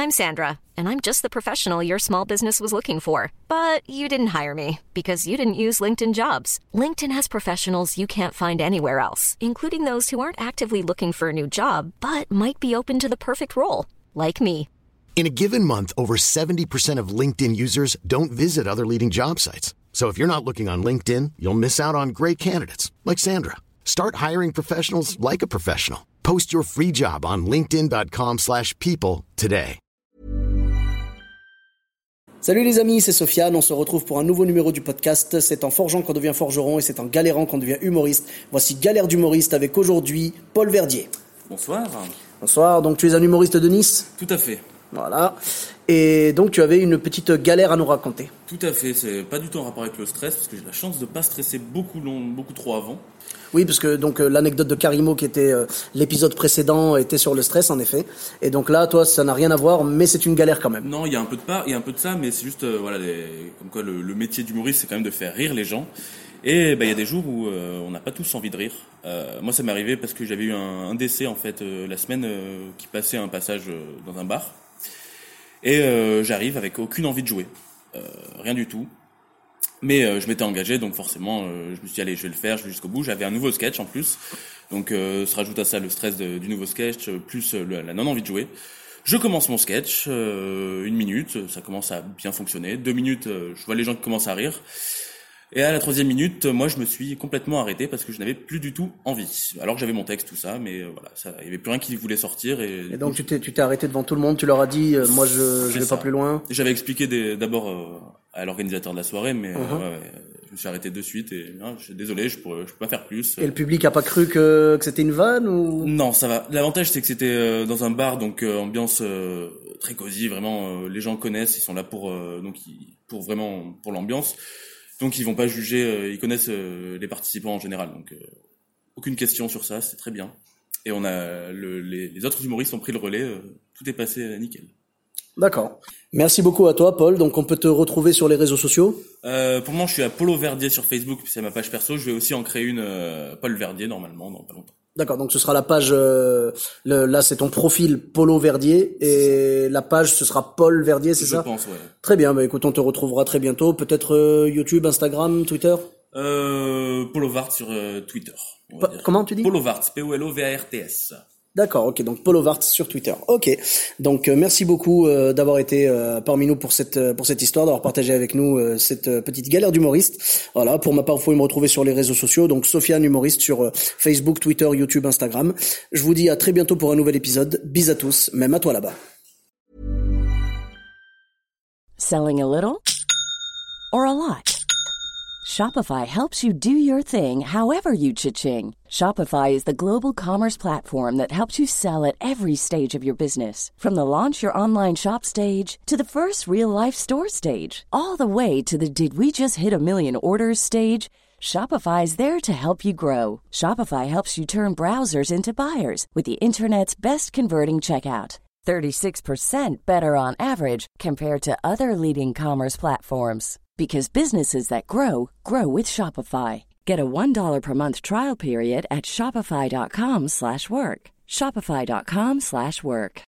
I'm Sandra, and I'm just the professional your small business was looking for. But you didn't hire me because you didn't use LinkedIn Jobs. LinkedIn has professionals you can't find anywhere else, including those who aren't actively looking for a new job, but might be open to the perfect role, like me. In a given month, over 70% of LinkedIn users don't visit other leading job sites. So if you're not looking on LinkedIn, you'll miss out on great candidates like Sandra. Start hiring professionals like a professional. Post your free job on linkedin.com/people today. Salut les amis, c'est Sofiane, on se retrouve pour un nouveau numéro du podcast. C'est en forgeant qu'on devient forgeron et c'est en galérant qu'on devient humoriste. Voici Galère d'humoriste avec aujourd'hui Paul Verdier. Bonsoir. Bonsoir, donc tu es un humoriste de Nice ? Tout à fait. Voilà. Et donc tu avais une petite galère à nous raconter. Tout à fait, c'est pas du tout en rapport avec le stress, parce que j'ai la chance de pas stresser beaucoup trop avant. Oui, parce que donc l'anecdote de Karimo qui était l'épisode précédent était sur le stress en effet. Et donc là, toi, ça n'a rien à voir, mais c'est une galère quand même. Non, il y a un peu de ça, mais c'est juste comme quoi le métier d'humoriste, c'est quand même de faire rire les gens. Et il y a des jours où on n'a pas tous envie de rire. Moi, ça m'est arrivé parce que j'avais eu un décès en fait la semaine qui passait un passage dans un bar. Et j'arrive avec aucune envie de jouer, rien du tout. Mais je m'étais engagé, donc forcément, je me suis dit allez, je vais le faire, je vais jusqu'au bout. J'avais un nouveau sketch en plus, donc se rajoute à ça le stress du nouveau sketch, plus la non-envie de jouer. Je commence mon sketch, 1 minute, ça commence à bien fonctionner. 2 minutes, je vois les gens qui commencent à rire. Et à la 3e minute, moi, je me suis complètement arrêté parce que je n'avais plus du tout envie. Alors que j'avais mon texte, tout ça, mais voilà, il y avait plus rien qui voulait sortir. Et donc tu t'es arrêté devant tout le monde, tu leur as dit, moi je vais pas plus loin. J'avais expliqué d'abord à l'organisateur de la soirée, mais je me suis arrêté de suite et je suis désolé, je peux pas faire plus. Et le public a pas cru que c'était une vanne ou? Non, ça va. L'avantage c'est que c'était dans un bar, donc ambiance très cosy, vraiment. Les gens connaissent, ils sont là pour l'ambiance. Donc ils vont pas juger, ils connaissent les participants en général, donc aucune question sur ça, c'est très bien. Et on a les autres humoristes ont pris le relais, tout est passé nickel. D'accord. Merci beaucoup à toi, Paul. Donc on peut te retrouver sur les réseaux sociaux. Pour moi, je suis à Polo Verdier sur Facebook, c'est ma page perso. Je vais aussi en créer une Paul Verdier normalement dans pas longtemps. D'accord, donc ce sera la page, là c'est ton profil Polo Verdier et la page ce sera Paul Verdier, c'est ça ? Je pense, ouais. Très bien, écoute, on te retrouvera très bientôt, peut-être YouTube, Instagram, Twitter ? Polo Vart sur Twitter. Comment tu dis ? Polo Vart, P-O-L-O-V-A-R-T-S. D'accord, ok, donc Polo Vart sur Twitter. Ok, donc merci beaucoup d'avoir été parmi nous pour cette histoire, d'avoir partagé avec nous cette petite galère d'humoriste. Voilà, pour ma part, vous pouvez me retrouver sur les réseaux sociaux, donc Sofiane Humoriste sur Facebook, Twitter, YouTube, Instagram. Je vous dis à très bientôt pour un nouvel épisode. Bis à tous, même à toi là-bas. Selling a little or a lot? Shopify helps you do your thing however you cha-ching. Shopify is the global commerce platform that helps you sell at every stage of your business. From the launch your online shop stage to the first real-life store stage, all the way to the did we just hit a million orders stage. Shopify is there to help you grow. Shopify helps you turn browsers into buyers with the internet's best converting checkout. 36% better on average compared to other leading commerce platforms. Because businesses that grow, grow with Shopify. Get a $1 per month trial period at shopify.com/work. Shopify.com/work.